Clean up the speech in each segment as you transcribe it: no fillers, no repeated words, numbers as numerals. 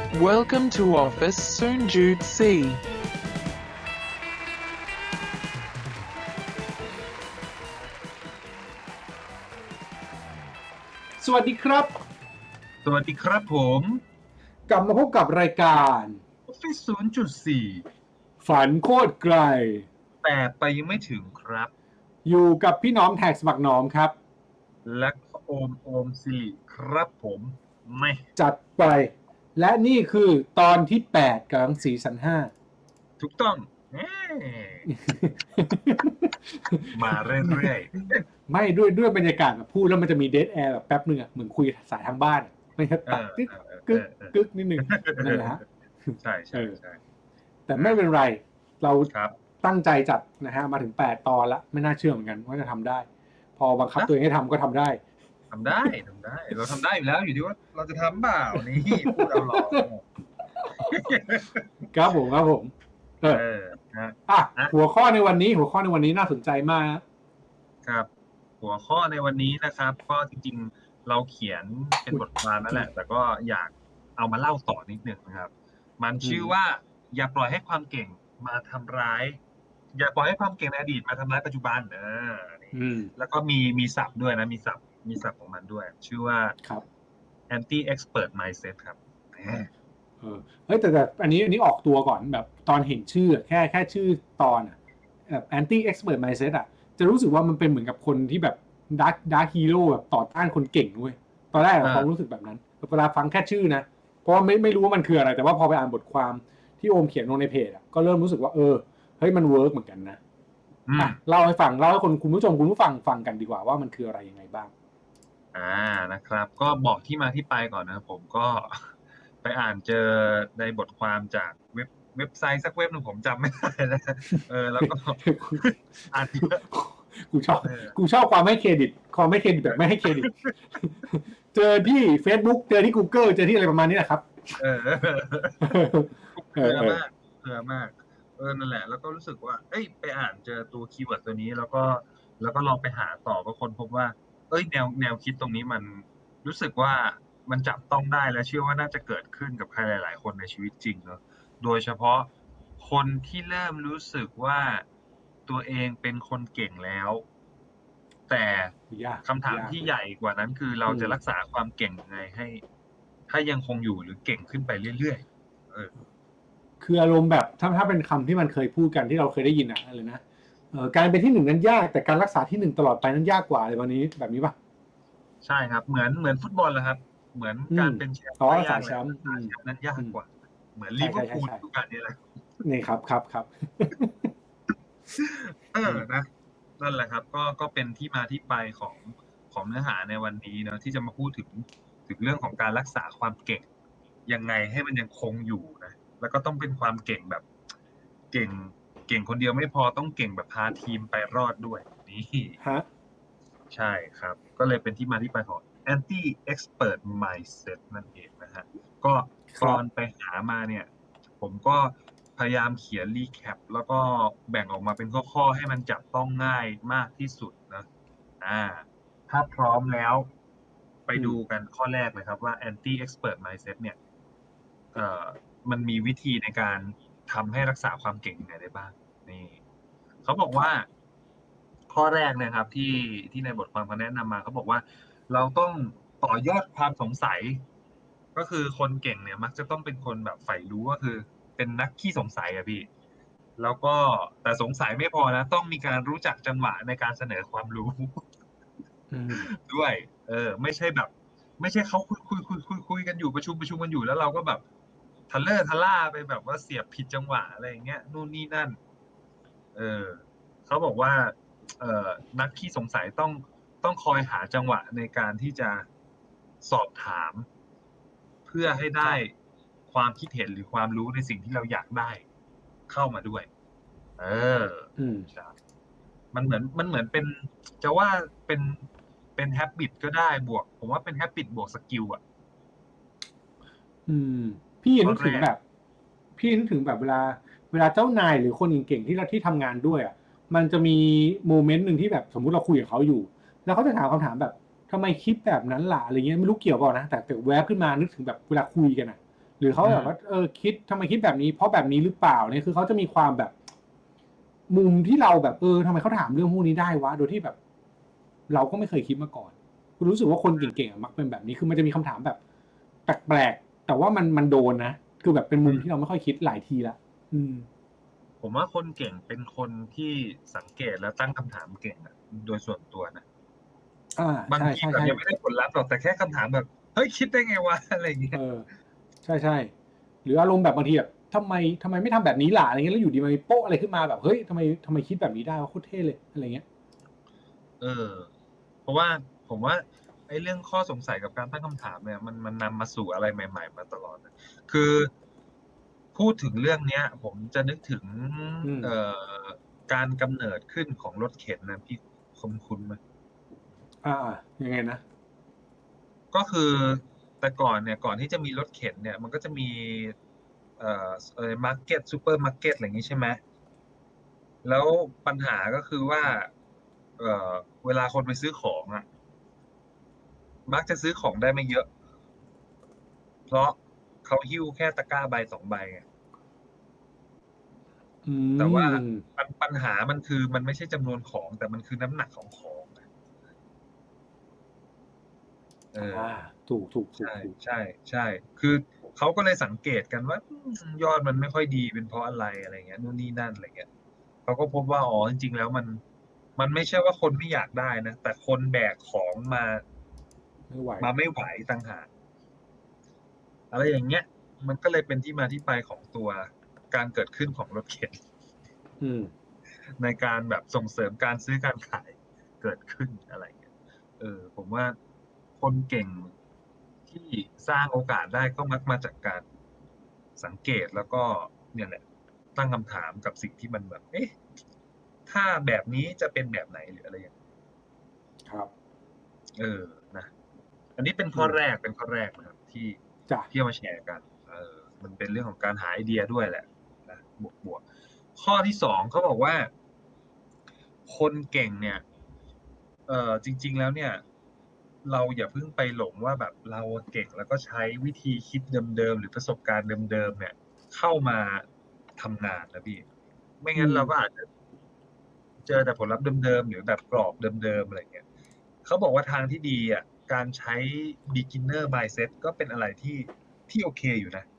Welcome to office, Soon Jude C. สวัสดีครับสวัสดีครับผมกลับมาพบกับรายการ Office 0.4 ฝันโคตรไกลแต่ไปยังไม่ถึงครับอยู่กับพี่น้อมแท็กสมัครน้อมครับและโอมสิริครับผมไม่จัดไป และนี่คือตอนที่ 8ของซีซั่นถูกต้องมาเรื่อย 5 ไม่ด้วยบรรยากาศแบบพูดแล้วมันจะมีเดดแอร์แบบแป๊บนึงอ่ะเหมือนคุยสายทางบ้านไม่ใช่ตัดกึกนิดนึงนั่นแหละฮะใช่ใช่ใช่แต่ไม่เป็นไร เราครับตั้งใจจัดนะฮะมาถึง8ตอนละไม่น่าเชื่อเหมือนกันว่าจะทำได้ พอบังคับตัวเองให้ทำก็ทำได้ทำได้เราทำได้อยู่แล้วอยู่ที่ว่าเราจะทำเปล่านี่พูดเอาหลอกครับผมหัวข้อในวันนี้น่าสนใจมากครับหัวข้อในวันนี้นะครับก็จริงๆเราเขียนเป็นบทความนั่นแหละแต่ก็อยากเอามาเล่าต่อนิดนึงนะครับมันชื่อว่าอย่าปล่อยให้ความเก่งมาทำร้ายอย่าปล่อยให้ความเก่งในอดีตมาทำร้ายปัจจุบันแล้วก็มีศัพท์ด้วยนะมีศัพท์ของมันด้วยชื่อว่า anti expert mindset ครับเฮ้ยแต่อันนี้ออกตัวก่อนแบบตอนเห็นชื่อแค่ชื่อตอนอ่ะแบบ anti expert mindset อ่ะจะรู้สึกว่ามันเป็นเหมือนกับคนที่แบบdark hero แบบต่อต้านคนเก่งด้วยตอนแรกเรารู้สึกแบบนั้นเวลาฟังแค่ชื่อนะเพราะว่าไม่รู้ว่ามันคืออะไรแต่ว่าพอไปอ่านบทความที่โอมเขียนลงในเพจอ่ะก็เริ่มรู้สึกว่าเฮ้ยมันเวิร์กเหมือนกันนะเล่าให้คุณผู้ชมคุณผู้ฟังกันดีกว่าว่ามันคืออะไรยังไงบ้างนะครับก็บอกที่มาที่ไปก่อนนะผมก็ไปอ่านเจอในบทความจากเว็บไซต์สักเว็บหนึ่งผมจำไม่ได้แล้วแล้วก็อ่านเยอะกูชอบความให้เครดิตแบบไม่ให้เครดิตเจอที่ Facebook เจอที่ Google เจอที่อะไรประมาณนี้แหละครับเผื่อมากนั่นแหละแล้วก็รู้สึกว่าไปอ่านเจอตัวคีย์เวิร์ดตัวนี้แล้วก็ลองไปหาต่อก็ค้นพบว่าแนวคิดตรงนี้มันรู้สึกว่ามันจับต้องได้และเชื่อว่าน่าจะเกิดขึ้นกับใครหลายๆคนในชีวิตจริงเนอะโดยเฉพาะคนที่เริ่มรู้สึกว่าตัวเองเป็นคนเก่งแล้วแต่คำถามที่ใหญ่กว่านั้นคือเราจะรักษาความเก่งยังไงให้ยังคงอยู่หรือเก่งขึ้นไปเรื่อยๆคืออารมณ์แบบถ้าเป็นคำที่มันเคยพูดกันที่เราเคยได้ยินอะไรนะการเป็นที่หนึ่งนั้นยากแต่การรักษาที่หนึ่งตลอดไปนั้นยากกว่าอะไรแบบนี้ป่ะใช่ครับเหมือนฟุตบอลแหละครับเหมือนการเป็นแชมป์ไม่ยากแชมป์นั้นยากกว่าเหมือนลิเวอร์พูลทุกการนี้แหละนี่ครับนะนั่นแหละครับก็เป็นที่มาที่ไปของเนื้อหาในวันนี้เนาะที่จะมาพูดถึงเรื่องของการรักษาความเก่งยังไงให้มันยังคงอยู่นะแล้วก็ต้องเป็นความเก่งแบบเก่งคนเดียวไม่พอต้องเก่งแบบพาทีมไปรอดด้วยนี่ใช่ครับก็เลยเป็นที่มาที่ไปของ anti expert mindset นั่นเองนะฮะก็ตอนไปหามาเนี่ยผมก็พยายามเขียนรีแคปแล้วก็แบ่งออกมาเป็นข้อๆให้มันจับต้องง่ายมากที่สุดนะถ้าพร้อมแล้วไปดูกันข้อแรกเลยครับว่า anti expert mindset เนี่ยมันมีวิธีในการทำให้รักษาความเก่งยังไงได้บ้างนี่เขาบอกว่าข้อแรกนะครับที่ในบทความเขาแนะนำมาเขาบอกว่าเราต้องต่อยอดความสงสัยก็คือคนเก่งเนี่ยมักจะต้องเป็นคนแบบใฝ่รู้ก็คือเป็นนักขี้สงสัยอะพี่แล้วก็แต่สงสัยไม่พอนะต้องมีการรู้จักจังหวะในการเสนอความรู้ด้วยไม่ใช่แบบไม่ใช่เขาคุยกันอยู่ประชุมกันอยู่แล้วเราก็แบบทะล่าไปแบบว่าเสียบผิดจังหวะอะไรอย่างเงี้ยนู่นนี่นั่นเขาบอกว่านักขี้สงสัยต้องคอยหาจังหวะในการที่จะสอบถามเพื่อให้ได้ความคิดเห็นหรือความรู้ในสิ่งที่เราอยากได้เข้ามาด้วยใช่มันเหมือนเป็นจะว่าเป็นแฮบบิตก็ได้บวกผมว่าเป็นแฮบบิตบวกสกิลอ่ะพี่นึกถึงแบบเวลาเจ้านายหรือคนเก่งๆที่ทำงานด้วยอ่ะมันจะมีโมเมนต์หนึ่งที่แบบสมมุติเราคุยกับเขาอยู่แล้วเขาจะถามคำถามแบบทำไมคิดแบบนั้นล่ะอะไรเงี้ยไม่รู้เกี่ยวเปล่านะแต่แวบขึ้นมานึกถึงแบบเวลาคุยกันอ่ะหรือเขาแบบว่าคิดทำไมคิดแบบนี้เพราะแบบนี้หรือเปล่าเนี่ยคือเขาจะมีความแบบมุมที่เราแบบทำไมเขาถามเรื่องพวกนี้ได้วะโดยที่แบบ เราก็ไม่เคยคิดมาก่อนคุณรู้สึกว่าคนเก่งๆมักเป็นแบบนี้คือมันจะมีคำถามแบบแปลกๆแต่ว่ามันโดนนะคือแบบเป็นมุมที่เราไม่ค่อยคิดหลายทีละผมว่าคนเก่งเป็นคนที่สังเกตและตั้งคำถามเก่งอะโดยส่วนตัวนะบางทีแบบยังไม่ได้ผลลัพธ์หรอกแต่แค่คำถามแบบเฮ้ยคิดได้ไงวะอะไรอย่างเงี้ยใช่หรืออารมณ์แบบบางทีแบบทำไมไม่ทำแบบนี้ล่ะอะไรเงี้ยแล้วอยู่ดีมันมีโป๊ะอะไรขึ้นมาแบบเฮ้ยทำไมคิดแบบนี้ได้วะโคตรเท่เลยอะไรเงี้ยเพราะว่าผมว่าไอ้เรื่องข้อสงสัยกับการตั้งคำถามเนี่ยมันนำมาสู่อะไรใหม่ๆมาตลอดคือพูดถึงเรื่องเนี้ยผมจะนึกถึงการกำเนิดขึ้นของรถเข็นนะพี่คุ้นไหมยังไงนะก็คือแต่ก่อนเนี่ยก่อนที่จะมีรถเข็นเนี่ยมันก็จะมีมาร์เก็ตซูเปอร์มาร์เก็ตอะไรอย่างนี้ใช่ไหมแล้วปัญหาก็คือว่าเวลาคนไปซื้อของอ่ะมักจะซื้อของได้ไม่เยอะเพราะเขาหิ้วแค่ตะกร้าใบ2 ใบไงแต่ว่าปัญหามันคือมันไม่ใช่จำนวนของแต่มันคือน้ำหนักของของถูกใช่คือเขาก็เลยสังเกตกันว่ายอดมันไม่ค่อยดีเป็นเพราะอะไรอะไรเงี้ยนู่นนี่นั่นอะไรเงี้ยเขาก็พบว่าอ๋อจริงๆแล้วมันไม่ใช่ว่าคนไม่อยากได้นะแต่คนแบกของมาไม่ไหวต่างหากอะไรอย่างเงี้ยมันก็เลยเป็นที่มาที่ไปของตัวการเกิดขึ้นของรถเข็นในการแบบส่งเสริมการซื้อการขายเกิดขึ้นอะไรเงี้ยผมว่าคนเก่งที่สร้างโอกาสได้ก็มักมาจากการสังเกตแล้วก็เนี่ยแหละตั้งคำถามกับสิ่งที่มันแบบถ้าแบบนี้จะเป็นแบบไหนหรืออะไรอย่างนี้ครับนะอันนี้เป็นข้อแรกนะครับที่เอามาแชร์กันมันเป็นเรื่องของการหาไอเดียด้วยแหละนะบวกข้อที่2เขาบอกว่าคนเก่งเนี่ยจริงๆแล้วเนี่ยเราอย่าเพิ่งไปหลงว่าแบบเราเก่งแล้วก็ใช้วิธีคิดเดิมๆหรือประสบการณ์เดิมๆเนี่ยเข้ามาทำงานนะพี่ไม่งั้นเราก็อาจจะเจอแต่ผลลัพธ์เดิมๆหรือแบบกรอบเดิมๆอะไรเงี้ยเขาบอกว่าทางที่ดีอ่ะการใช้ beginner mindset ก็เป็นอะไรที่โอเคอยู่นะ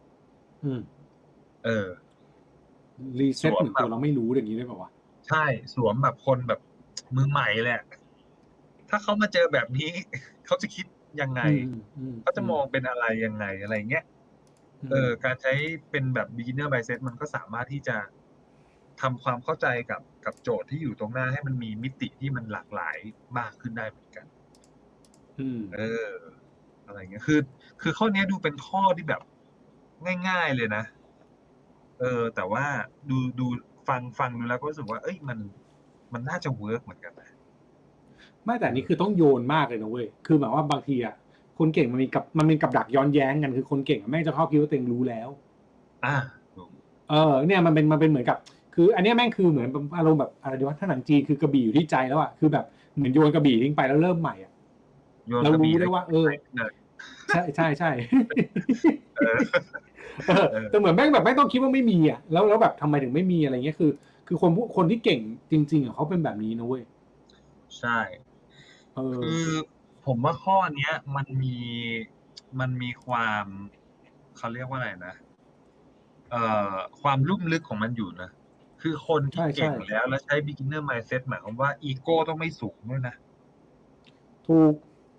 รีเซ็ตเหมือนตัวเราไม่รู้อย่างนี้ได้ป่าววะใช่สวมแบบคนแบบมือใหม่แหละถ้าเขามาเจอแบบนี้เขาจะคิดยังไงเขาจะมองเป็นอะไรยังไงอะไรเงี้ยการใช้เป็นแบบ beginner mindset มันก็สามารถที่จะทำความเข้าใจกับโจทย์ที่อยู่ตรงหน้าให้มันมีมิติที่มันหลากหลายมากขึ้นได้เหมือนกันอะไรเงี้ยคือข้อนี้ดูเป็นข้อที่แบบง่ายๆเลยนะแต่ว่าดูฟังดูแล้วก็รู้สึกว่ามันน่าจะเวิร์กเหมือนกันนะไม่แต่นี่คือต้องโยนมากเลยนะเว้ยคือแบบว่าบางทีอ่ะคนเก่งมันมีกับดักย้อนแย้งกันคือคนเก่งแม่งจะเข้าคิดว่าตัวเองรู้แล้วเนี่ยมันเป็นเหมือนกับคืออันนี้แม่งคือเหมือนอารมณ์แบบอะไรดีวะถ้าหนังจีนคือกระบี่อยู่ที่ใจแล้วอ่ะคือแบบเหมือนโยนกระบี่ทิ้งไปแล้วเริ่มใหม่อ่ะเรารู้ได้ว่าใช่แต่เหมือนแม่งแบบไม่ต้องคิดว่าไม่มีอ่ะแล้วแบบทำไมถึงไม่มีอะไรเงี้ยคือคนที่เก่งจริงๆอ่ะเขาเป็นแบบนี้นะเว้ยใช่คือผมว่าข้อเนี้ยมันมีความเขาเรียกว่าอะไรนะความลุ่มลึกของมันอยู่นะคือคนที่เก่งแล้วใช้ beginner mindset หมายความว่าอีโก้ต้องไม่สูงด้วยนะถูก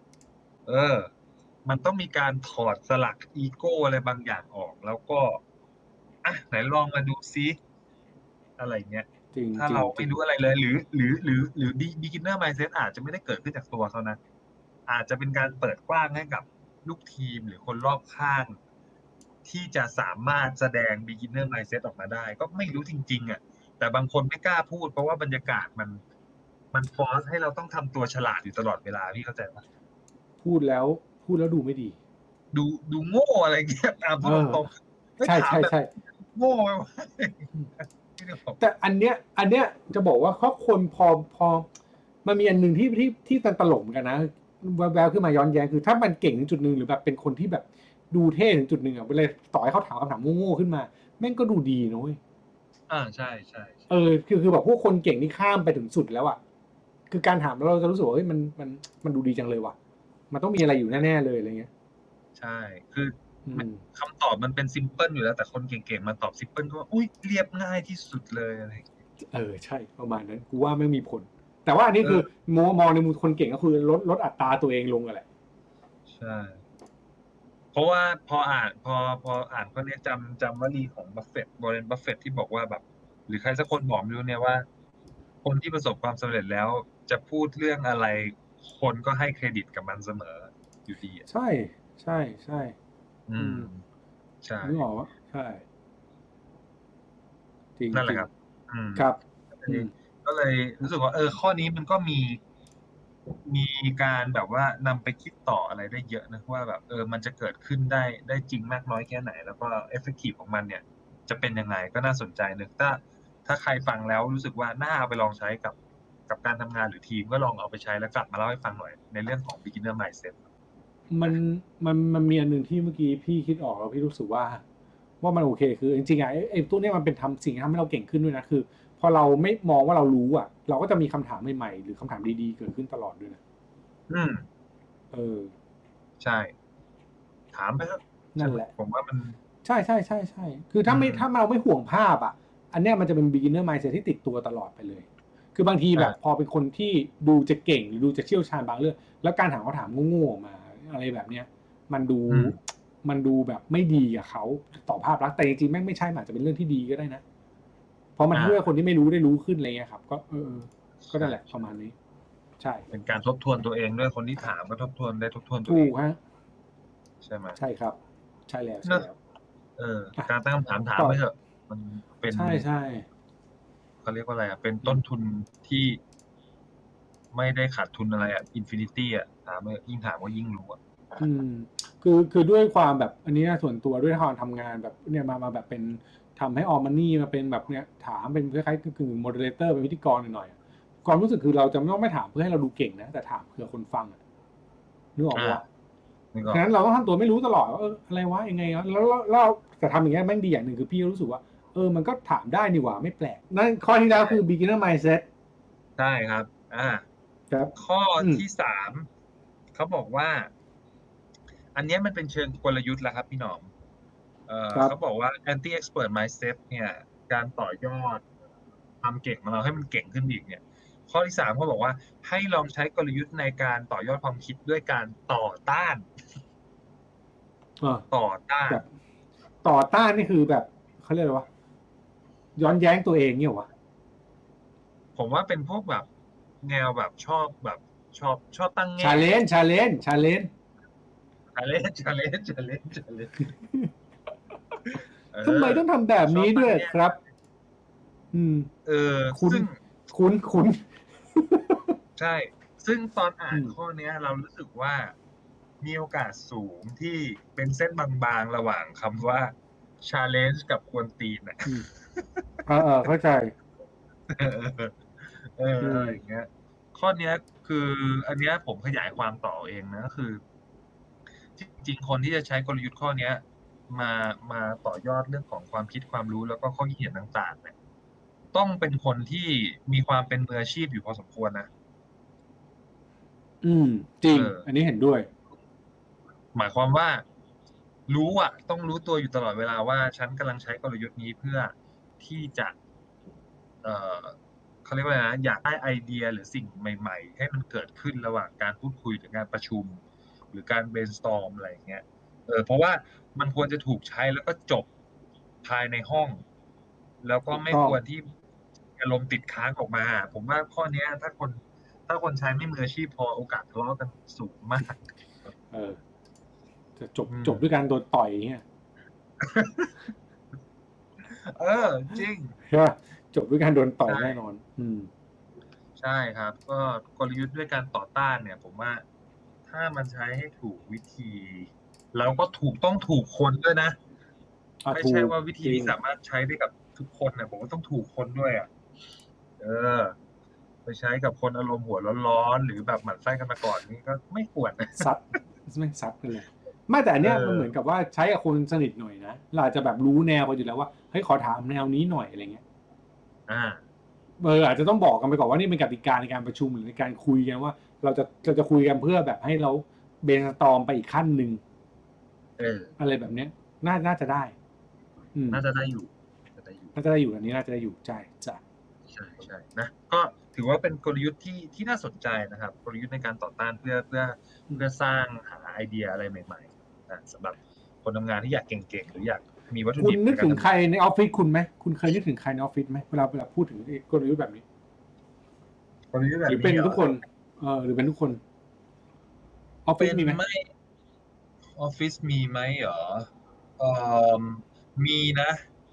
มันต้องมีการถอดสลักอีโก้อะไรบางอย่างออกแล้วก็ไหนลองมาดูซิอะไรเงี้ยถ้าเราไม่รู้อะไรเลยหรือ beginner mindset อาจจะไม่ได้เกิดขึ้นจากตัวเขานะอาจจะเป็นการเปิดกว้างให้กับลูกทีมหรือคนรอบข้างที่จะสามารถแสดง beginner mindset ออกมาได้ก็ไม่รู้จริงๆแต่บางคนไม่กล้าพูดเพราะว่าบรรยากาศมันฟอร์สให้เราต้องทำตัวฉลาดอยู่ตลอดเวลาพี่เข้าใจปะพูดแล้วดูไม่ดีดูโง่อะไรเงี้ยพูดตรงๆใช่โง่แต่อันเนี้ยจะบอกว่าข้อคนพอมันมีอันหนึ่งที่ตลกกันนะแววขึ้นมาย้อนแย้งคือถ้ามันเก่งถึงจุดนึงหรือแบบเป็นคนที่แบบดูเท่ถึงจุดหนึ่งอ่ะเวลาต่อให้เขาถามคำถามโง่ๆขึ้นมาแม่งก็ดูดีนะเว้ยใช่ใช่คือแบบพวกคนเก่งนี่ข้ามไปถึงสุดแล้วอ่ะคือการถามแล้วเราจะรู้สึกว่าเฮ้ยมันดูดีจังเลยว่ะมันต้องมีอะไรอยู่แน่ๆเลยอะไรเงี้ยใช่คืออืมคำตอบมันเป็นซิมเพิลอยู่แล้วแต่คนเก่งๆมาตอบซิมเพิลก็ว่าอุ้ยเรียบง่ายที่สุดเลยอะไรอย่างเงี้ยใช่ประมาณนั้นกูว่าไม่มีผล แต่ว่าอันนี้คือมองในมุมคนเก่งก็คือลดอัตราตัวเองลงกันแหละใช่ เพราะว่าพออ่านก็เนี้ยจำวลีของบัฟเฟตต์วอร์เรนบัฟเฟตต์ที่บอกว่าแบบ หรือใครสักคนบอกไม่รู้เนี่ยว่า คนที่ประสบความสำเร็จแล้วจะพูดเรื่องอะไร คนก็ให้เครดิตกับมันเสมออยู่ดีใช่ใช่ใช่ใช่นึกออกว่าใช่จริงนั่นแหละครับครับก็เลยรู้สึกว่าข้อนี้มันก็มีการแบบว่านำไปคิดต่ออะไรได้เยอะนะว่าแบบมันจะเกิดขึ้นได้จริงมากน้อยแค่ไหน แล้วก็เอฟเฟกตีฟของมันเนี่ย จะเป็นยังไงก็น่าสนใจนึกถ้าใครฟังแล้วรู้สึกว่าน่าเอาไปลองใช้กับการทำงานหรือทีมก็ลองเอาไปใช้แล้วกลับมาเล่าให้ฟังหน่อยในเรื่องของ beginner mindset มันมีอันหนึ่งที่เมื่อกี้พี่คิดออกแล้วพี่รู้สึกว่ามันโอเคคือจริงๆไอ้ตัวนี้มันเป็นสิ่งที่ทำให้เราเก่งขึ้นด้วยนะคือพอเราไม่มองว่าเรารู้อ่ะเราก็จะมีคำถามใหม่ๆหรือคำถามดีๆเกิดขึ้นตลอดด้วยนะใช่ถามไปครับนั่นแหละผมว่ามันใช่คือถ้าเราไม่ห่วงภาพอ่ะอันเนี้ยมันจะเป็น beginner mindset ที่ติดตัวตลอดไปเลยคือบางทีแบบพอเป็นคนที่ดูจะเก่งหรือดูจะเชี่ยวชาญบางเรื่องแล้วการถามคำถามโง่ๆออกมาอะไรแบบเนี้ยมันดูแบบไม่ดีกับเขาต่อภาพลักษณ์แต่จริงๆแม่งไม่ใช่อาจจะเป็นเรื่องที่ดีก็ได้นะเพราะมันเพื่อคนที่ไม่รู้ได้รู้ขึ้นอะไรเงี้ยครับก็ก็นั่นแหละประมาณนี้ใช่เป็นการทบทวนตัวเองด้วยคนที่ถามก็ทบทวนตัวเองถูกฮะใช่ไหมใช่ครับใช่แล้วการตั้งคำถามไปเถอะมันเป็นใช่เขาเรียกว่าอะไรเป็นต้นทุนที่ไม่ได้ขาดทุนอะไรอินฟินิตี้ถามยิ่งถามก็ยิ่งรู้คือด้วยความแบบอันนี้ส่วนตัวด้วยความทำงานแบบเนี่ยมาแบบเป็นทำให้ออมันนี่มาเป็นแบบเนี้ยถามเป็นคล้ายๆคือโมเดเลเตอร์เป็นพิธีกรหน่อยๆความรู้สึกคือเราจะไม่ถามเพื่อให้เราดูเก่งนะแต่ถามเพื่อคนฟังนึกออกว่าฉะนั้นเราต้องทำตัวไม่รู้ตลอดว่าอะไรวะยังไงแล้วแต่ทำอย่างเงี้ยแม่งดีอย่างหนึ่งคือพี่รู้สึกว่ามันก็ถามได้นี่หว่าไม่แปลกนั่นข้อที่แล้วคือ beginner mindset ใช่ครับครับข้อที่3เขาบอกว่าอันนี้มันเป็นเชิงกลยุทธ์แล้วครับพี่หนอมเขาบอกว่า anti expert mindset เนี่ยการต่อยอดความเก่งของเราให้มันเก่งขึ้นอีกเนี่ยข้อที่3เขาบอกว่าให้ลองใช้กลยุทธ์ในการต่อยอดความคิดด้วยการต่อต้านแบบต่อต้านนี่คือแบบเขาเรียกอะไรวะย้อนแย้งตัวเองเนี่ยวะผมว่าเป็นพวกแบบแนวแบบชอบตั้งแง่ชาเลนจ์ทำไมต้องทำแบบนี้ด้วยครับคุ้นใช่ซึ่งตอนอ่านข้อนี้เรารู้สึกว่ามีโอกาสสูงที่เป็นเส้นบางๆระหว่างคำว่า challenge กับกวนตีนเข้าใจอย่างเงี้ยข้อนี้คืออันเนี้ยผมขยายความต่อเองนะก็คือจริงๆคนที่จะใช้กลยุทธ์ข้อนี้มาต่อยอดเรื่องของความคิดความรู้แล้วก็ข้อคิดเห็นต่างๆเนี่ยต้องเป็นคนที่มีความเป็นมืออาชีพอยู่พอสมควรนะจริงอันนี้เห็นด้วยหมายความว่ารู้ต้องรู้ตัวอยู่ตลอดเวลาว่าฉันกำลังใช้กลยุทธ์นี้เพื่อที่จะเขาเรียกว่าอะไรนะอยากได้ไอเดียหรือสิ่งใหม่ๆให้มันเกิดขึ้นระหว่างการพูดคุยหรือการประชุมหรือการ brainstorm อะไรอย่างเงี้ยเพราะว่ามันควรจะถูกใช้แล้วก็จบภายในห้องแล้วก็ไม่ควรที่อารมณ์ติดค้างออกมาผมว่าข้อนี้ถ้าคนใช้ไม่มืออาชีพพอโอกาสทะเลาะกันสูงมากจะจบด้วยการโดนต่อยอย่างเงี้ยจริงใช่ป่ะจบด้วยการโดนต่อยแน่นอนใช่ครับก็กลยุทธ์ด้วยการต่อต้านเนี่ยผมว่าถ้ามันใช้ให้ถูกวิธีแล้วก็ต้องถูกคนด้วยนะไม่ใช่ว่าวิธีนี้สามารถใช้ได้กับทุกคนนะผมว่าต้องถูกคนด้วยไปใช้กับคนอารมณ์หัวร้อนๆหรือแบบหมั่นไส้กันมาก่อนนี่ก็ไม่ควรนะซัดไม่ซัดกันเลยไม่แต่อันเนี้ยเออมันเหมือนกับว่าใช้กับคนสนิทหน่อยนะเราอาจจะแบบรู้แนวไปอยู่แล้วว่าเฮ้ยขอถามแนวนี้หน่อยอะไรเงี้ยอ่าอาจจะต้องบอกกันไปก่อนว่านี่เป็นกติกาในการประชุมหรือในการคุยกันว่าเราจะคุยกันเพื่อแบบให้เราเบนสตอร์มไปอีกขั้นหนึ่ง อะไรแบบเนี้ยน่าจะได้น่าจะได้อยู่น่าจะได้อยู่อันนี้น่าจะได้อยู่ใช่นะก็ถือว่าเป็นกลยุทธ์ที่น่าสนใจนะครับกลยุทธ์ในการต่อต้านเพื่อสร้างหาไอเดียอะไรใหม่ๆนะสำหรับคนทำงานที่อยากเก่งๆหรืออยากมีวัตถุดิบคุณนึกถึงใครในออฟฟิศคุณไหมคุณเคยนึกถึงใครในออฟฟิศไหมเวลาพูดถึงกลยุทธ์แบบนี้หรือเป็นทุกคนหรือเป็นทุกคนออฟฟิศมีไหมออฟฟิศมีไหมเหรอมีนะ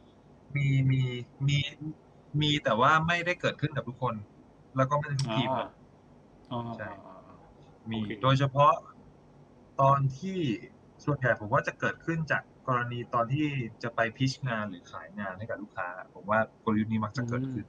มีแต่ว่าไม่ได้เกิดขึ้นกับทุกคนแล้วก็ไม่ได้ทุกทีมนะใช่มีโดยเฉพาะตอนที่ส่วนใหญ่ผมว่าจะเกิดขึ้นจากกรณีตอนที่จะไปพิชงานหรือขายงานให้กับลูกค้าผมว่ากลยุทธ์นี้มักจะเกิดขึ้น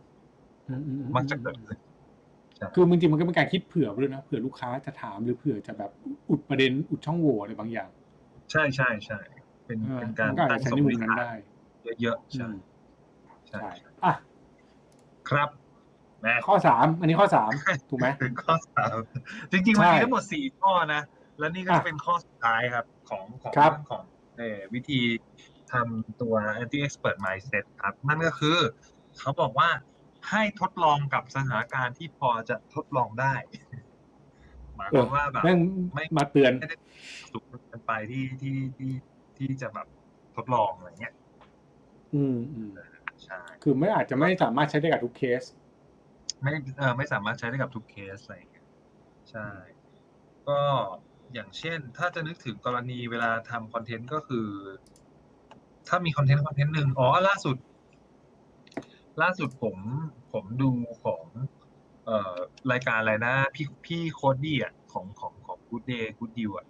คือจริงๆมันก็เป็นการคิดเผื่อด้วยนะเผื่อลูกค้าจะถามหรือเผื่อจะแบบอุดประเด็นอุดช่องโหว่อะไรบางอย่างใช่เป็นการตั้งสมมตินั้นได้เยอะๆใช่ครับข้อ3อันนี้ข้อ3ถูกไหมถึงข้อ3จริงๆมันมีทั้งหมด4ข้อนะแล้วนี่ก็จะเป็นข้อสุดท้ายครับของเรื่องของวิธีทำตัว anti expert mindset ครับนั่นก็คือเขาบอกว่าให้ทดลองกับสถานการณ์ที่พอจะทดลองได้หมายความว่าแบบไม่มาเตือนไม่ได้สุกกันไปที่จะแบบทดลองอะไรเงี้ยใช่คือไม่อาจจะไม่สามารถใช้ได้กับทุกเคสไม่สามารถใช้ได้กับทุกเคสอะไรเงี้ยใช่ก็อย่างเช่นถ้าจะนึกถึงกรณีเวลาทำคอนเทนต์ก็คือถ้ามีคอนเทนต์หนึ่งล่าสุดผมดูของรายการอะไรนะพี่โค้ดดี้อ่ะของ Good Day Good Deal อ่ะ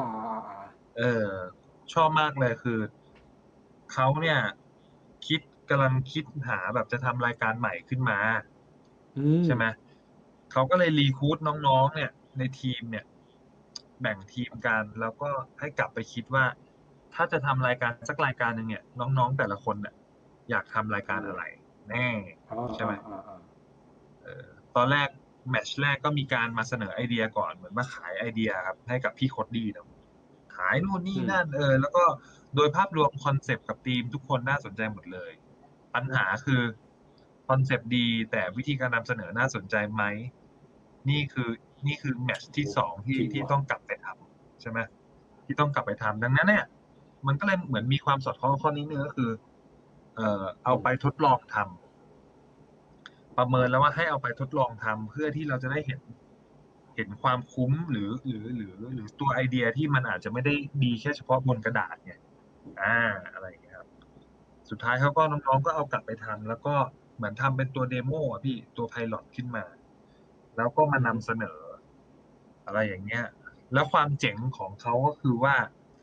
ชอบมากเลยคือเขาเนี่ยกำลังคิดหาแบบจะทำรายการใหม่ขึ้นมาใช่ไหมเขาก็เลยรีคูดน้องๆเนี่ยในทีมเนี่ยแบ่งทีมกันแล้วก็ให้กลับไปคิดว่าถ้าจะทำรายการสักรายการหนึ่งเนี่ยน้องๆแต่ละคนเนี่ยอยากทำรายการอะไรแน่ใช่ไหมตอนแรกแมตช์แรกก็มีการมาเสนอไอเดียก่อนเหมือนมาขายไอเดียครับให้กับพี่โคดดี้นะขายนู่นนี่นั่นแล้วก็โดยภาพรวมคอนเซปต์กับทีมทุกคนน่าสนใจหมดเลยปัญหาคือคอนเซปต์ดีแต่วิธีการนำเสนอน่าสนใจไหมนี่คือแมตช์ที่2ที่ต้องกลับไปทำใช่ไหมที่ต้องกลับไปทำดังนั้นเนี่ยมันก็เลยเหมือนมีความสอดคล้องข้อนี้นึงก็คือเอาไปทดลองทำประเมินแล้วว่าให้เอาไปทดลองทำเพื่อที่เราจะได้เห็นความคุ้มหรือตัวไอเดียที่มันอาจจะไม่ได้ดีแค่เฉพาะบนกระดาษไงอะไรอย่างเงี้ยครับสุดท้ายเขาก็น้องๆก็เอากลับไปทำแล้วก็เหมือนทำเป็นตัวเดโมอ่ะพี่ตัวไพลอตขึ้นมาแล้วก็มานำเสนออะไรอย่างเงี้ยแล้วความเจ๋งของเขาก็คือว่า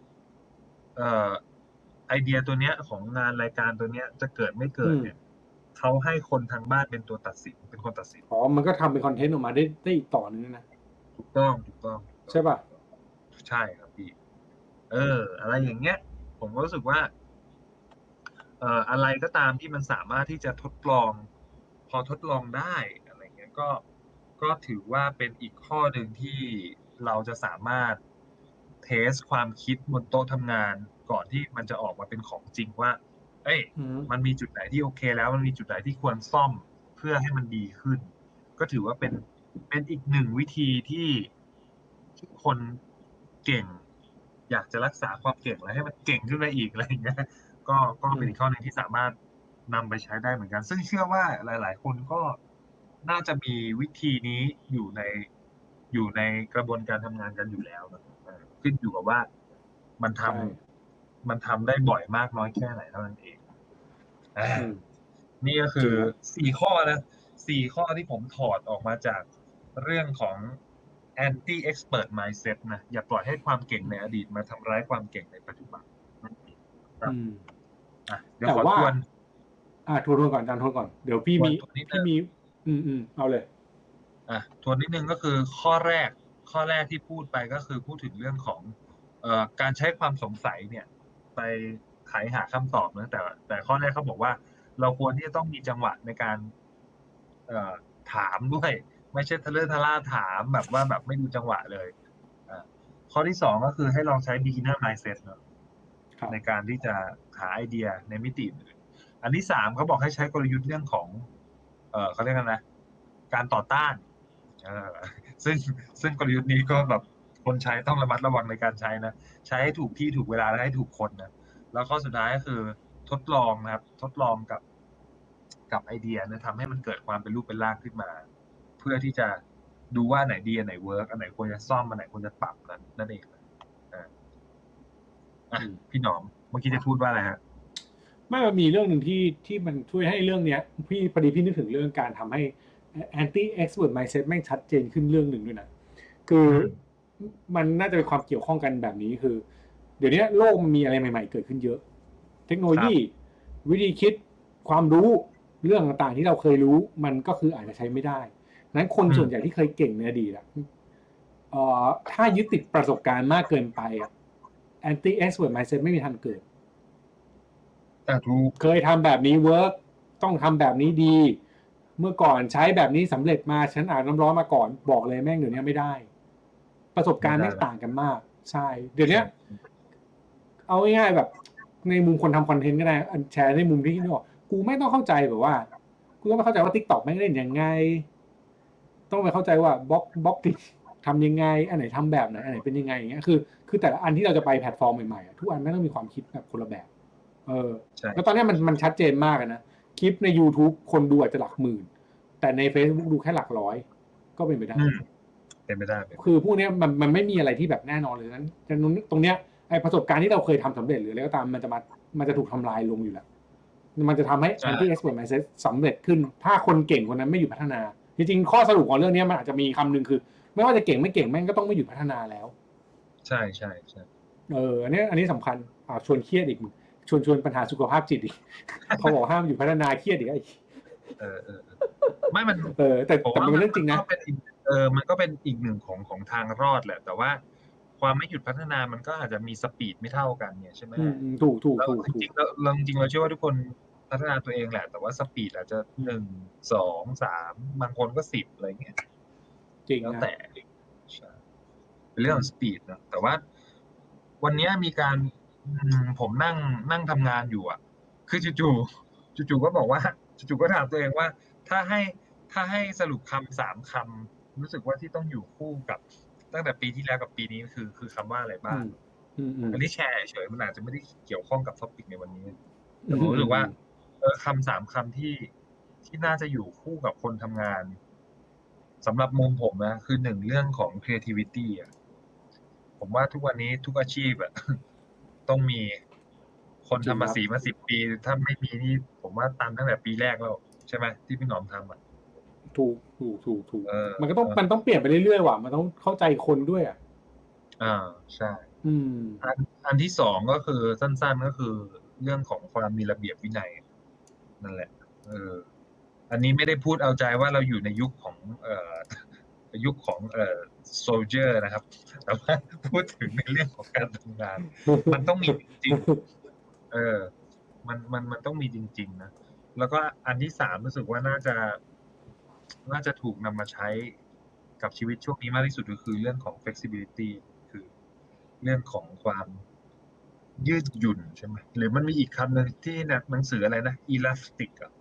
ไอเดียตัวเนี้ยของงานรายการตัวเนี้ยจะเกิดไม่เกิดเนี่ยเขาให้คนทางบ้านเป็นตัวตัดสินเป็นคนตัดสินมันก็ทำเป็นคอนเทนต์ออกมาได้อีกต่อนึงนะถูกต้องใช่ป่ะใช่ครับพี่อะไรอย่างเงี้ยผมก็รู้สึกว่าอะไรก็ตามที่มันสามารถที่จะทดลองพอทดลองได้อะไรเงี้ยก็ถือว่าเป็นอีกข้อหนึ่งที่เราจะสามารถเทสความคิดบนโต๊ะทำงานก่อนที่มันจะออกมาเป็นของจริงว่ามันมีจุดไหนที่โอเคแล้วมันมีจุดไหนที่ควรซ่อมเพื่อให้มันดีขึ้นก็ถือว่าเป็นอีกหนึ่งวิธีที่คนเก่งอยากจะรักษาความเก่งและให้มันเก่งขึ้นไปอีกอะไรอย่างเงี้ยก็เป็นอีกข้อหนึ่งที่สามารถนำไปใช้ได้เหมือนกันซึ่งเชื่อว่าหลายๆคนก็น่าจะมีวิธีนี้อยู่ในกระบวนการทำงานกันอยู่แล้วนะขึ้นอยู่กับว่ามันทำได้บ่อยมากน้อยแค่ไหนเท่านั้นเองนี่ก็คือ4ข้อนะ4ข้อที่ผมถอดออกมาจากเรื่องของ anti expert mindset นะอย่าปล่อยให้ความเก่งในอดีตมาทำร้ายความเก่งในปัจจุบันเดี๋ยวขอทวนทวนก่อนอาจารย์ทวนก่อนเดี๋ยวพี่มีเอาเลยทวนนิดนึงก็คือข้อแรกที่พูดไปก็คือพูดถึงเรื่องของการใช้ความสงสัยเนี่ยไปไขหาคำตอบนะแต่ข้อแรกเขาบอกว่าเราควรที่จะต้องมีจังหวะในการเอ่อถามด้วยไม่ใช่ทะเลอะทะล่าถามแบบว่าแบบไม่ดูจังหวะเลยอ่าข้อที่สองก็คือให้ลองใช้ beginner mindset เนอะครับในการที่จะหาไอเดียในมิติอื่นอันที่สามเขาบอกให้ใช้กลยุทธ์เรื่องของเขาเรียกกันนะการต่อต้านเออซึ่งซึ่งกลยุทธ์นี้ก็แบบคนใช้ต้องระมัดระวังในการใช้นะใช้ให้ถูกที่ถูกเวลาและให้ถูกคนนะแล้วข้อสุดท้ายก็คือทดลองนะครับทดลองกับไอเดียนะทำให้มันเกิดความเป็นรูปเป็นร่างขึ้นมา เพื่อที่จะดูว่าอันไหนดีอันไหนเวิร์กอันไหนควรจะซ่อมอันไหนควรจะปรับนั่นเองอ่ะพี่หนอมเมื่อกี้จะพูดว่าอะไรฮะไม่มันมีเรื่องหนึ่งที่มันช่วยให้เรื่องเนี้ยพี่พอดีพี่นึกถึงเรื่องการทำให้ anti expert mindset แม่งชัดเจนขึ้นเรื่องหนึ่งด้วยนะคือมันน่าจะเป็นความเกี่ยวข้องกันแบบนี้คือ เดี๋ยวนี้โลกมันมีอะไรใหม่ๆเกิดขึ้นเยอะ เทคโนโลยีวิธีคิดความรู้เรื่องต่างๆที่เราเคยรู้มันก็คืออาจจะใช้ไม่ได้นั้นคนส่วนใหญ่ที่เคยเก่งในอดีตถ้ายึดติดประสบการณ์มากเกินไปanti expert mindset ไม่มีทางเกิดเคยทำแบบนี้เวิร์กต้องทำแบบนี้ดีเมื่อก่อนใช้แบบนี้สำเร็จมาฉันอ่านน้ำร้อนมาก่อนบอกเลยแม่งเดี๋ยวนี้ไม่ได้ประสบการณ์แม่งต่างกันมากใช่เดี๋ยวนี้เอาง่ายๆแบบในมุมคนทำคอนเทนต์ก็ได้แชร์ในมุมที่นี่บอกกูไม่ต้องเข้าใจแบบว่ากูต้องไม่เข้าใจว่า TikTok แม่งเล่นยังไงต้องไปเข้าใจว่าบล็อกติทำยังไงอันไหนทำแบบไหนอันไหนเป็นยังไงอย่างเงี้ยคือแต่ละอันที่เราจะไปแพลตฟอร์มใหม่ๆทุกอันไม่ต้องมีความคิดแบบคนละแบบแล้วตอนนี้มันชัดเจนมากนะคลิปใน YouTube คนดูอาจจะหลักหมื่นแต่ใน Facebook ดูแค่หลักร้อยก็เป็นไปได้เป็นไปได้คือพวกนี้มันไม่มีอะไรที่แบบแน่นอนเลยนั้นตรงเนี้ยไอประสบการณ์ที่เราเคยทำสำเร็จหรืออะไรก็ตามมันจะถูกทำลายลงอยู่แล้วมันจะทำให้ anti expert mindset สำเร็จขึ้นถ้าคนเก่งคนนั้นไม่หยุดพัฒนาจริงๆข้อสรุปของเรื่องนี้มันอาจจะมีคำหนึ่งคือไม่ว่าจะเก่งไม่เก่งแม่งก็ต้องไม่หยุดพัฒนาแล้วใช่ใช่ใช่อันนี้สำคัญชวนเครียดอีกชวนปัญหาสุขภาพจิตอีกพอบอกห้ามหยุดพัฒนาเครียดอีกไม่มันแต่มันเป็นเรื่องจริงนะมันก็เป็นอีกหนึ่งของทางรอดแหละแต่ว่าความไม่หยุดพัฒนามันก็อาจจะมีสปีดไม่เท่ากันเนี่ยใช่ไหมถูกจริงเราเชื่อว่าทุกคนพัฒนาตัวเองแหละแต่ว่าสปีดอาจจะ1 2 3บางคนก็10อะไรเงี้ยจริงแล้วแต่เป็นเรื่องของสปีดนะแต่ว่าวันนี้มีการผมนั่งทำงานอยู่อ่ะคือจู่ก็บอกว่าจู่ก็ถามตัวเองว่าถ้าให้สรุปคำ3 คำรู้สึกว่าที่ต้องอยู่คู่กับตั้งแต่ปีที่แล้วกับปีนี้คือคำว่าอะไรบ้างอันนี้แชร์เฉยมันอาจจะไม่ได้เกี่ยวข้องกับท็อปิกในวันนี้แต่ผมรู้สึกว่าคำ3 คำที่น่าจะอยู่คู่กับคนทำงานสำหรับมุมผมนะคือ1เรื่องของ creativity อ่ะผมว่าทุกวันนี้ทุกอาชีพอะต้องมีคนทำภาษีมา10 ปีถ้าไม่มีนี่ผมว่าตันตั้งแต่ปีแรกแล้วใช่ไหมที่พี่หนอมทำอ่ะถูกมันก็ต้องเปลี่ยนไปเรื่อยๆว่ะมันต้องเข้าใจคนด้วยอ่ะใช่อันที่สองก็คือสั้นๆก็คือเรื่องของความมีระเบียบวินัยนั่นแหละอันนี้ไม่ได้พูดเอาใจว่าเราอยู่ในยุคของโซลเจอร์นะครับแต่ว่าพูดถึงในเรื่องของการทำงานมันต้องมีจริงๆมันต้องมีจริงๆนะแล้วก็อันที่3รู้สึกว่าน่าจะถูกนำมาใช้กับชีวิตช่วงนี้มากที่สุดก็คือเรื่องของ flexibility คือเรื่องของความยืดหยุ่นใช่ไหมหรือมันมีอีกคำหนึ่งที่หนังสืออะไรนะ elastic อ่ะ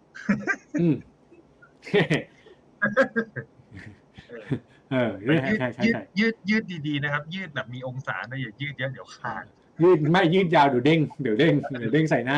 ยืดดีๆนะครับยืดแบบมีองศานะอย่ายืดเยอะเดี๋ยวขาดยืดยาวเดี๋ยวเด้งใส่หน้า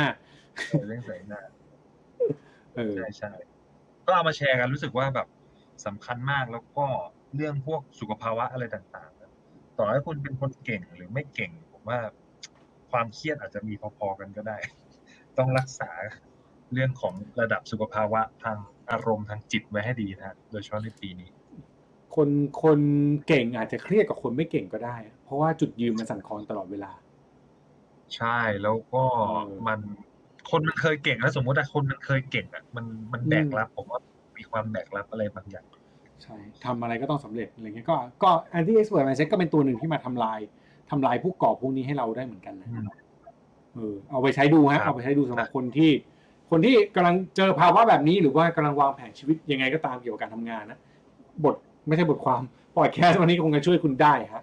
ใช่ก็เอามาแชร์กันรู้สึกว่าแบบสำคัญมากแล้วก็เรื่องพวกสุขภาวะอะไรต่างๆต่อให้คุณเป็นคนเก่งหรือไม่เก่งผมว่าความเครียดอาจจะมีพอๆกันก็ได้ต้องรักษาเรื่องของระดับสุขภาวะทางอารมณ์ทางจิตไว้ให้ดีนะโดยเฉพาะในปีนี้คนเก่งอาจจะเครียดกับคนไม่เก่งก็ได้เพราะว่าจุดยืนมันสั่นคลอนตลอดเวลาใช่แล้วก็คนมันเคยเก่งแล้วสมมติคนมันเคยเก่งอ่ะมันแบกรับผมว่ามีความแบกรับอะไรบางอย่างใช่ทำอะไรก็ต้องสำเร็จอะไรเงี้ยก็ anti expert mindset ก็เป็นตัวหนึ่งที่มาทำลายทำลายพวกกรอบพวกนี้ให้เราได้เหมือนกันนะเอาไปใช้ดูฮะเอาไปใช้ดูสำหรับคนที่กำลังเจอภาวะแบบนี้หรือว่ากำลังวางแผนชีวิตยังไงก็ตามเกี่ยวกับการทำงานนะไม่ใช่บทความพอดแคสต์วันนี้คงจะช่วยคุณได้ฮะ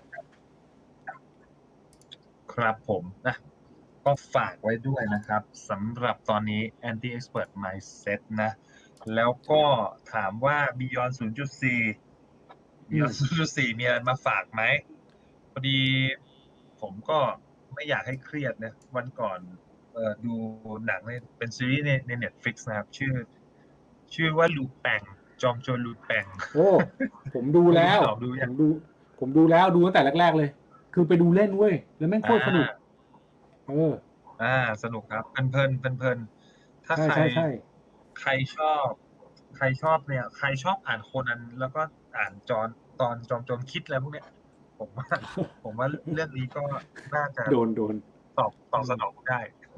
ครับผมนะก็ฝากไว้ด้วยนะครับสำหรับตอนนี้ Anti Expert Mindset นะแล้วก็ถามว่า Beyond 0.4 Beyond 0.4 มีอะไรมาฝากไหมพอดีผมก็ไม่อยากให้เครียดนะวันก่อนดูหนังเป็นซีรีส์ใน Netflix นะครับชื่อว่าลูแปงจอมโจรลูแปงโอ้ผมดูแล้วผมดูแล้วดูตั้งแต่แรกๆเลยคือไปดูเล่นเว้ยแล้วแม่งโคตรสนุกสนุกครับเพลินถ้าใครชอบเนี่ยใครชอบอ่านโคนันแล้วก็อ่านตอนจอมโจรคิดอะไรพวกเนี้ยผมว่าเรื่องนี้ก็น่าจะโดนตอบสนองได้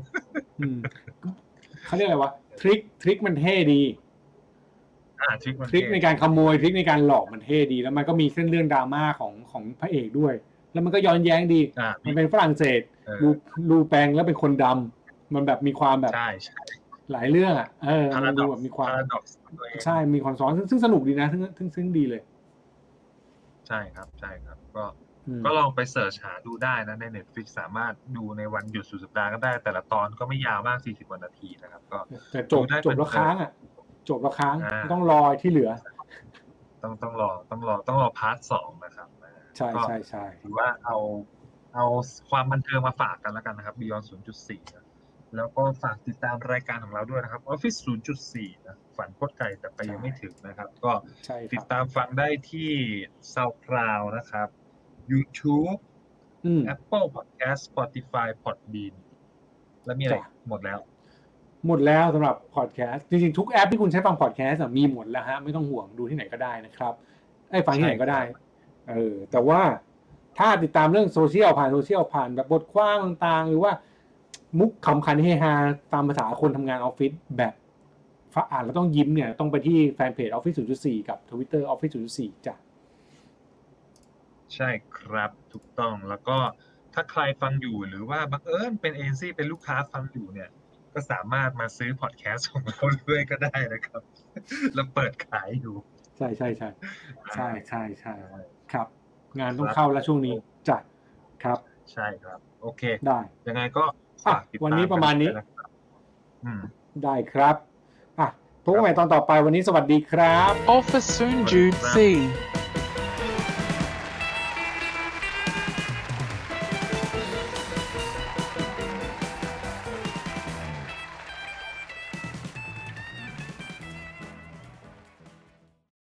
เขาเรียกอะไรวะทริคมันเท่ดีทริคในการขโมยทริคในการหลอกมันเท่ดีแล้วมันก็มีเส้นเรื่องดราม่าของพระเอกด้วยแล้วมันก็ย้อนแย้งดีมันเป็นฝรั่งเศสรูแปงแล้วเป็นคนดำมันแบบมีความแบบหลายเรื่องอ่ะมันดูแบบมีความใช่มีความซ้อนซึ่งสนุกดีนะซึ่งดีเลยใช่ครับก็ลองไปเสิร์ชหาดูได้นะใน Netflix สามารถดูในวันหยุดสุดสัปดาห์ก็ได้แต่ละตอนก็ไม่ยาวมาก40 กว่านาทีนะครับก็แต่จบแล้วค้างต้องรอที่เหลือต้องรอพาร์ท 2นะครับใช่ถือว่าเอาความบันเทิงมาฝากกันแล้วกันนะครับ Beyond 0.4 แล้วก็ฝากติดตามรายการของเราด้วยนะครับ Office 0.4 นะฝันโคตรไกลแต่ไปยังไม่ถึงนะครับก็ติดตามฟังได้ที่ SoundCloud นะครับ YouTube Apple Podcast Spotify Podbean แล้วมีอะไรหมดแล้วสำหรับพอดแคสต์จริงๆทุกแอปที่คุณใช้ฟังพอดแคสต์มีหมดแล้วฮะไม่ต้องห่วงดูที่ไหนก็ได้นะครับฟังที่ไหนก็ได้แต่ว่าถ้าติดตามเรื่องโซเชียลผ่านแบบบทความต่างๆหรือว่ามุกคำคันเฮฮาตามภาษาคนทำงานออฟฟิศแบบอ่านแล้วต้องยิ้มเนี่ยต้องไปที่แฟนเพจ Office 0.4 กับ Twitter Office 0.4 จ้ะใช่ครับถูกต้องแล้วก็ถ้าใครฟังอยู่หรือว่าบังเอิญเป็นเอเจนซี่เป็นลูกค้าฟังอยู่เนี่ยก็สามารถมาซื้อพอดแคสต์ของเราด้วยก็ได้นะครับแล้วเปิดขายอยู่ใช่ครับงานต้องเข้าแล้วช่วงนี้จ้ะครับใช่ครับโอเคได้ยังไงก็ฝากติดตามวันนี้ประมาณนี้ได้ครับพบกันใหม่ตอนต่อไปวันนี้สวัสดีครับ Office Soon Jude C